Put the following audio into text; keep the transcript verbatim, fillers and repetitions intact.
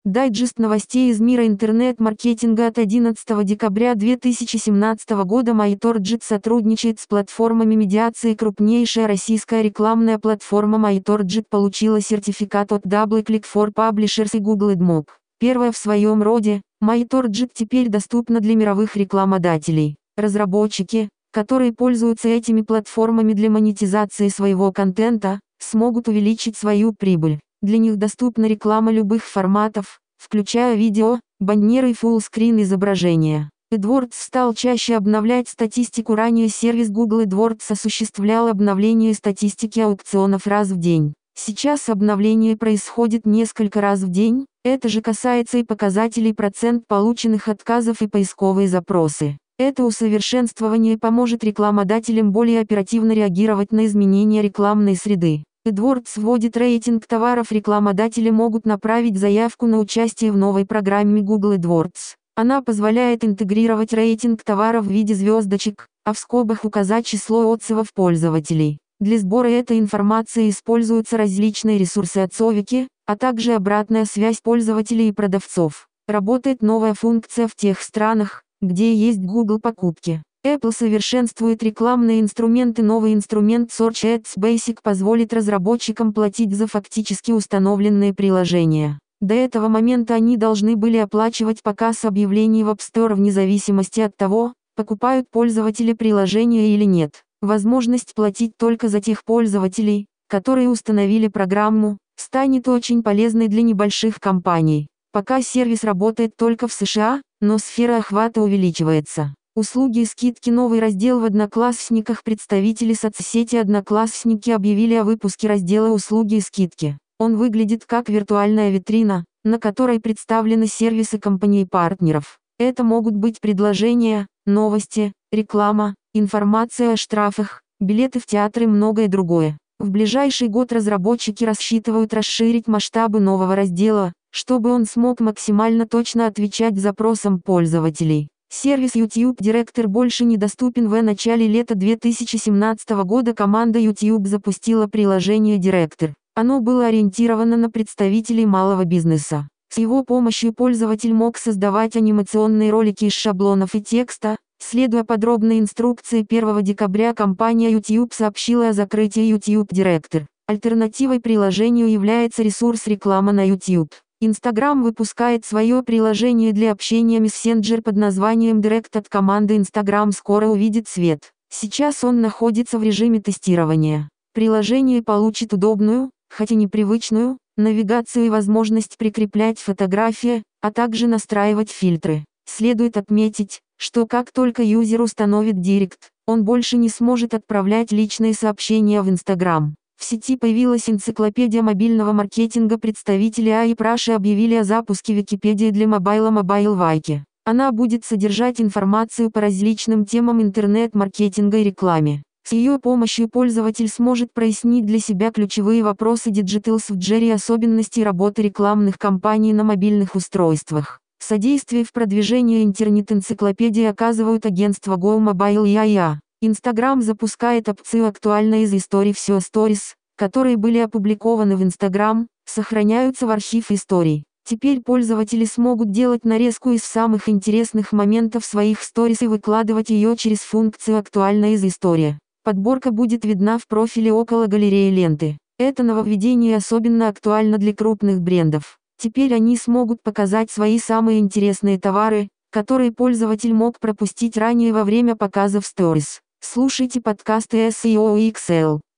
Дайджест новостей из мира интернет-маркетинга от одиннадцатого декабря две тысячи семнадцатого года. MyTorget сотрудничает с платформами медиации. Крупнейшая российская рекламная платформа MyTorget получила сертификат от DoubleClick for Publishers и Google AdMob. Первая в своем роде, MyTorget теперь доступна для мировых рекламодателей. Разработчики, которые пользуются этими платформами для монетизации своего контента, смогут увеличить свою прибыль. Для них доступна реклама любых форматов, включая видео, баннеры и фуллскрин изображения. AdWords стал чаще обновлять статистику. Ранее сервис Google AdWords осуществлял обновление статистики аукционов раз в день. Сейчас обновление происходит несколько раз в день. Это же касается и показателей процент полученных отказов и поисковые запросы. Это усовершенствование поможет рекламодателям более оперативно реагировать на изменения рекламной среды. AdWords вводит рейтинг товаров. Рекламодатели могут направить заявку на участие в новой программе Google AdWords. Она позволяет интегрировать рейтинг товаров в виде звездочек, а в скобах указать число отзывов пользователей. Для сбора этой информации используются различные ресурсы-отзывики, а также обратная связь пользователей и продавцов. Работает новая функция в тех странах, где есть Google покупки. Apple совершенствует рекламные инструменты. Новый инструмент Search Ads Basic позволит разработчикам платить за фактически установленные приложения. До этого момента они должны были оплачивать показ объявлений в App Store вне зависимости от того, покупают пользователи приложения или нет. Возможность платить только за тех пользователей, которые установили программу, станет очень полезной для небольших компаний. Пока сервис работает только в США, но сфера охвата увеличивается. Услуги и скидки. Новый раздел в Одноклассниках. Представители соцсети Одноклассники объявили о выпуске раздела «Услуги и скидки». Он выглядит как виртуальная витрина, на которой представлены сервисы компаний-партнеров. Это могут быть предложения, новости, реклама, информация о штрафах, билеты в театр и многое другое. В ближайший год разработчики рассчитывают расширить масштабы нового раздела, чтобы он смог максимально точно отвечать запросам пользователей. Сервис YouTube Director больше недоступен. В начале лета две тысячи семнадцатого года команда YouTube запустила приложение Director. Оно было ориентировано на представителей малого бизнеса. С его помощью пользователь мог создавать анимационные ролики из шаблонов и текста. Следуя подробной инструкции, первого декабря компания YouTube сообщила о закрытии YouTube Director. Альтернативой приложению является ресурс реклама на YouTube. Instagram выпускает свое приложение для общения мессенджер под названием Direct от команды Instagram скоро увидит свет. Сейчас он находится в режиме тестирования. Приложение получит удобную, хоть и непривычную, навигацию и возможность прикреплять фотографии, а также настраивать фильтры. Следует отметить, что как только юзер установит Direct, он больше не сможет отправлять личные сообщения в Instagram. В сети появилась энциклопедия мобильного маркетинга. Представители эй ай Russia объявили о запуске Википедии для мобайла Mobile Wiki. Она будет содержать информацию по различным темам интернет-маркетинга и рекламе. С ее помощью пользователь сможет прояснить для себя ключевые вопросы Digitals в джи ар и особенности работы рекламных кампаний на мобильных устройствах. Содействие в продвижении интернет-энциклопедии оказывают агентства Go Mobile и эй ай. Instagram запускает опцию «Актуально из историй». Все сторис, которые были опубликованы в Instagram, сохраняются в архив историй. Теперь пользователи смогут делать нарезку из самых интересных моментов своих сторис и выкладывать ее через функцию «Актуально из истории». Подборка будет видна в профиле около галереи ленты. Это нововведение особенно актуально для крупных брендов. Теперь они смогут показать свои самые интересные товары, которые пользователь мог пропустить ранее во время показа в сторис. Слушайте подкасты эс и о икс эл.